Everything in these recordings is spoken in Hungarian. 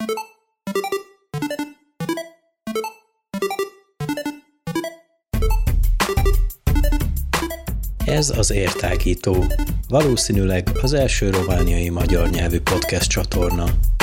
Ez az Értágító, valószínűleg az első romániai magyar nyelvű podcast csatorna.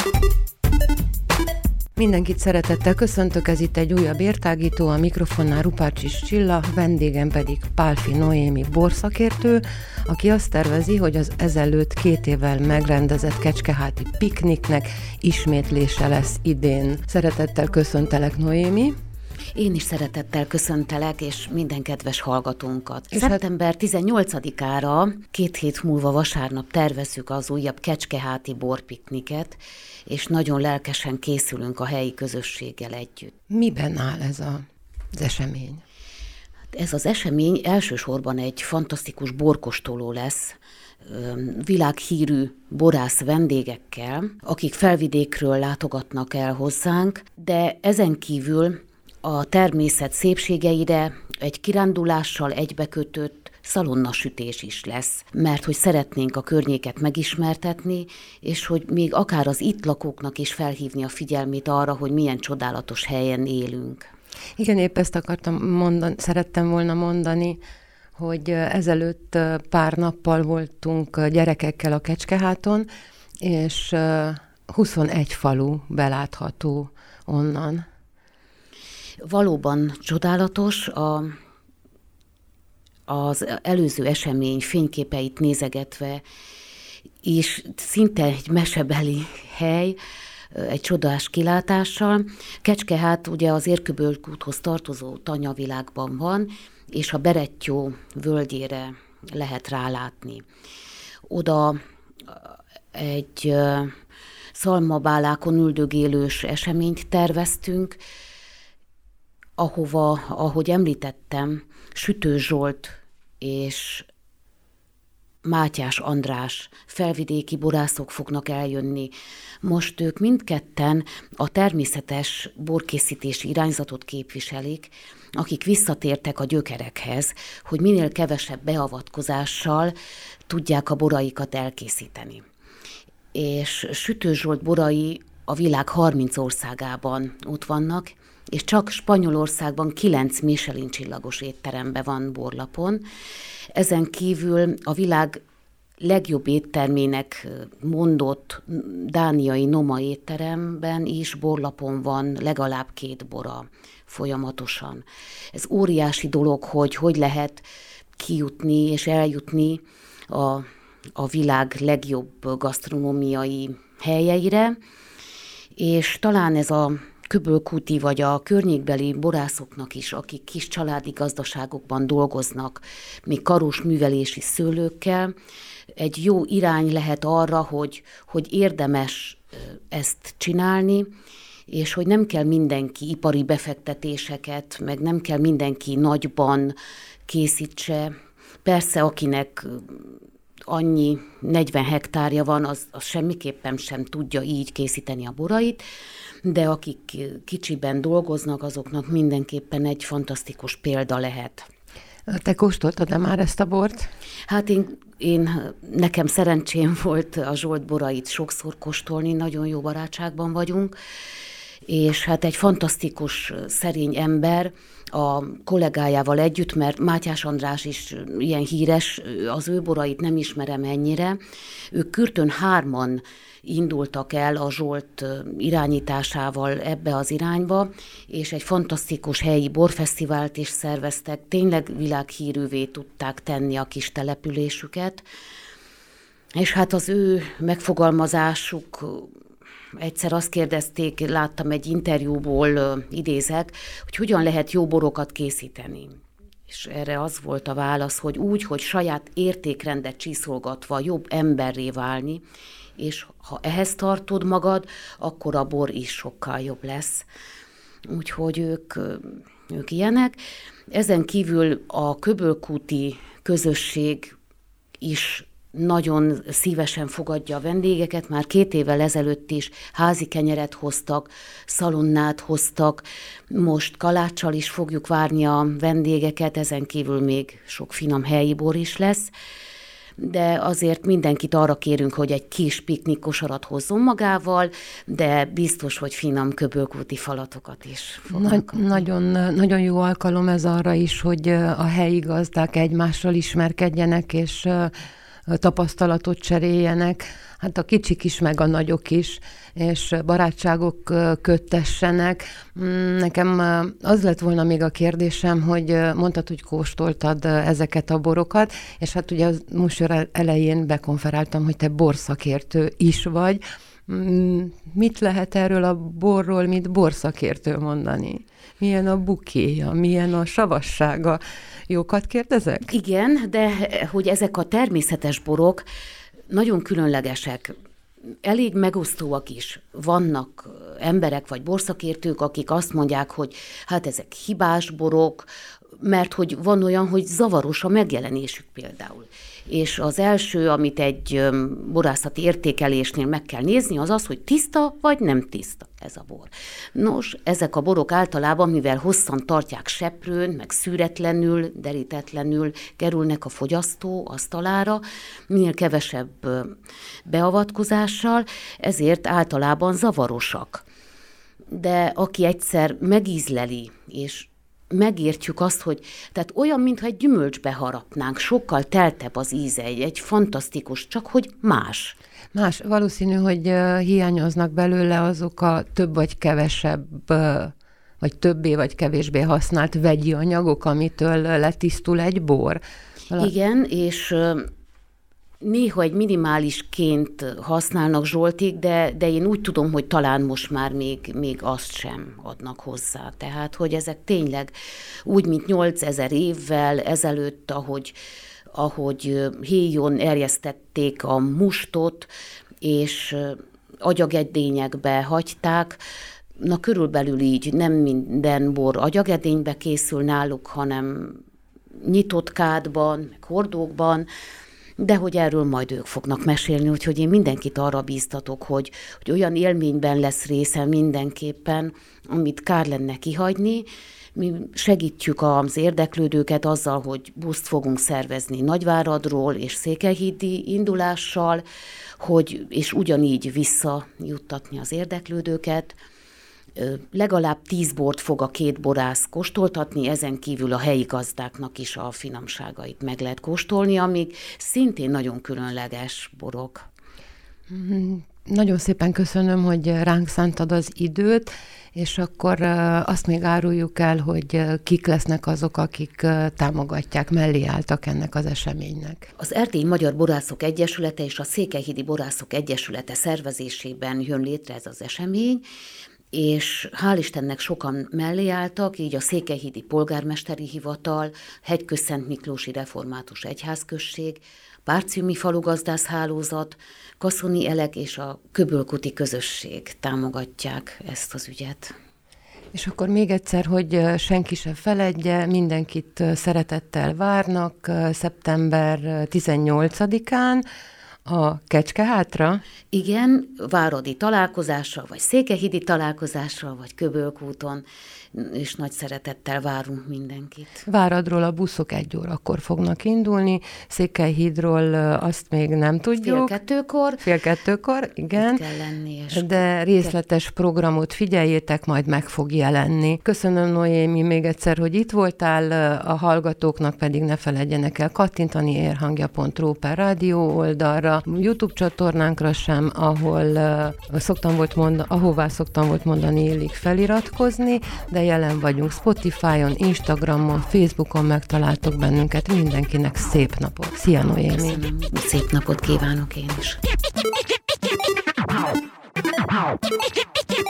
Mindenkit szeretettel köszöntök, ez itt egy újabb Értágító, a mikrofonnál Rupácsis Csilla, vendégem pedig Pálfi Noémi borszakértő, aki azt tervezi, hogy az ezelőtt 2 évvel megrendezett kecskeháti pikniknek ismétlése lesz idén. Szeretettel köszöntelek, Noémi. Én is szeretettel köszöntelek, és minden kedves hallgatónkat. Szeptember 18-ára, 2 hét múlva vasárnap tervezzük az újabb kecskeháti borpikniket, és nagyon lelkesen készülünk a helyi közösséggel együtt. Miben áll ez az esemény? Ez az esemény elsősorban egy fantasztikus borkóstoló lesz, világhírű borász vendégekkel, akik felvidékről látogatnak el hozzánk, de ezen kívül a természet szépségeire egy kirándulással egybekötött szalonnasütés is lesz, mert hogy szeretnénk a környéket megismertetni, és hogy még akár az itt lakóknak is felhívni a figyelmét arra, hogy milyen csodálatos helyen élünk. Igen, épp ezt szerettem volna mondani, hogy ezelőtt pár nappal voltunk gyerekekkel a Kecskeháton, és 21 falu belátható onnan. Valóban csodálatos, az előző esemény fényképeit nézegetve, és szinte egy mesebeli hely, egy csodás kilátással. Kecskehát ugye az Érköbölkúthoz tartozó tanyavilágban van, és a Berettyó völgyére lehet rálátni. Oda egy szalmabálákon üldögélős eseményt terveztünk, ahova, ahogy említettem, Sütős Zsolt és Mátyás András felvidéki borászok fognak eljönni. Most ők mindketten a természetes borkészítési irányzatot képviselik, akik visszatértek a gyökerekhez, hogy minél kevesebb beavatkozással tudják a boraikat elkészíteni. És Sütős Zsolt borai a világ 30 országában ott vannak, és csak Spanyolországban 9 Michelin csillagos étteremben van borlapon. Ezen kívül a világ legjobb éttermének mondott dániai Noma étteremben is borlapon van legalább 2 bora folyamatosan. Ez óriási dolog, hogy lehet kijutni és eljutni a világ legjobb gasztronómiai helyeire, és talán ez a köbölkúti vagy a környékbeli borászoknak is, akik kis családi gazdaságokban dolgoznak, még karós művelési szőlőkkel, egy jó irány lehet arra, hogy érdemes ezt csinálni, és hogy nem kell mindenki ipari befektetéseket, meg nem kell mindenki nagyban készítse. Persze, akinek annyi 40 hektárja van, az semmiképpen sem tudja így készíteni a borait, de akik kicsiben dolgoznak, azoknak mindenképpen egy fantasztikus példa lehet. Te kóstoltad-e már ezt a bort? Hát nekem szerencsém volt a Zsolt borait sokszor kóstolni, nagyon jó barátságban vagyunk, és hát egy fantasztikus, szerény ember a kollégájával együtt, mert Mátyás András is ilyen híres, az ő borait nem ismerem ennyire. Ők Kürtön 3-an indultak el a Zsolt irányításával ebbe az irányba, és egy fantasztikus helyi borfesztivált is szerveztek, tényleg világhírűvé tudták tenni a kis településüket, és hát az ő megfogalmazásuk, egyszer azt kérdezték, láttam egy interjúból, idézek, hogy hogyan lehet jó borokat készíteni. És erre az volt a válasz, hogy úgy, hogy saját értékrendet csiszolgatva jobb emberré válni, és ha ehhez tartod magad, akkor a bor is sokkal jobb lesz. Úgyhogy ők ilyenek. Ezen kívül a köbölkúti közösség is nagyon szívesen fogadja a vendégeket, már 2 évvel ezelőtt is házi kenyeret hoztak, szalonnát hoztak, most kaláccsal is fogjuk várni a vendégeket, ezen kívül még sok finom helyi bor is lesz. de azért mindenkit arra kérünk, hogy egy kis piknik kosarat hozzon magával, de biztos, hogy finom köbölkúti falatokat is fognak. Nagyon jó alkalom ez arra is, hogy a helyi gazdák egymással ismerkedjenek, és tapasztalatot cseréljenek, hát a kicsik is, meg a nagyok is, és barátságok köttessenek. Nekem az lett volna még a kérdésem, hogy mondtad, hogy kóstoltad ezeket a borokat, és hát ugye az műsor elején bekonferáltam, hogy te borszakértő is vagy. Mit lehet erről a borról, mint borszakértő mondani? Milyen a bukéja, milyen a savassága? Jókat kérdezek? Igen, de hogy ezek a természetes borok nagyon különlegesek, elég megosztóak is. Vannak emberek vagy borszakértők, akik azt mondják, hogy hát ezek hibás borok, mert hogy van olyan, hogy zavaros a megjelenésük például. És az első, amit egy borászati értékelésnél meg kell nézni, az az, hogy tiszta vagy nem tiszta ez a bor. Nos, ezek a borok általában, mivel hosszan tartják seprőn, meg szűretlenül, derítetlenül kerülnek a fogyasztó asztalára, minél kevesebb beavatkozással, ezért általában zavarosak. De aki egyszer megízleli, és megértjük azt, hogy tehát olyan, mintha egy gyümölcsbe harapnánk, sokkal teltebb az íze, egy fantasztikus, csak hogy más. Más. Valószínű, hogy hiányoznak belőle azok a több vagy kevesebb, vagy többé vagy kevésbé használt vegyi anyagok, amitől letisztul egy bor. Igen, és néha egy minimálisként használnak zsolték, de én úgy tudom, hogy talán most már még azt sem adnak hozzá. Tehát, hogy ezek tényleg úgy, mint 8000 évvel ezelőtt, ahogy héjon erjesztették a mustot, és agyagedényekbe hagyták, na körülbelül így nem minden bor agyagedénybe készül náluk, hanem nyitott kádban, meg hordókban, de hogy erről majd ők fognak mesélni, úgyhogy én mindenkit arra bíztatok, hogy olyan élményben lesz része mindenképpen, amit kár lenne kihagyni. Mi segítjük az érdeklődőket azzal, hogy buszt fogunk szervezni Nagyváradról és Székelyhídi indulással, és ugyanígy visszajuttatni az érdeklődőket. Legalább 10 bort fog a 2 borász kóstoltatni, ezen kívül a helyi gazdáknak is a finomságait meg lehet kóstolni, amik szintén nagyon különleges borok. Nagyon szépen köszönöm, hogy ránk szántad az időt, és akkor azt még áruljuk el, hogy kik lesznek azok, akik támogatják, mellé álltak ennek az eseménynek. Az Erdélyi Magyar Borászok Egyesülete és a Székelyhídi Borászok Egyesülete szervezésében jön létre ez az esemény, és hál' Istennek sokan mellé álltak, így a Székelyhídi Polgármesteri Hivatal, Hegykösszent Miklósi Református Egyházközség, Párciumi Falugazdászhálózat, Kaszoni Elek és a Köbölkúti Közösség támogatják ezt az ügyet. És akkor még egyszer, hogy senki sem feledje, mindenkit szeretettel várnak szeptember 18-án, a Kecskehátra? Igen, váradi találkozással, vagy székelyhídi találkozással, vagy Köbölkúton, és nagy szeretettel várunk mindenkit. Váradról a buszok 1 órakor fognak indulni, Székelyhídról azt még nem tudjuk. 1:30. 1:30, igen. Itt kell lenni. De részletes programot figyeljétek, majd meg fog jelenni. Köszönöm, Noémi, még egyszer, hogy itt voltál, a hallgatóknak pedig ne feledjenek el kattintani érhangja.ru per rádió oldalra, YouTube csatornánkra sem, ahová szoktam volt mondani, illik feliratkozni, de jelen vagyunk Spotify-on, Instagramon, Facebookon megtaláltok bennünket. Mindenkinek szép napot. Szia, Noémi! Köszönöm. Szép napot kívánok én is!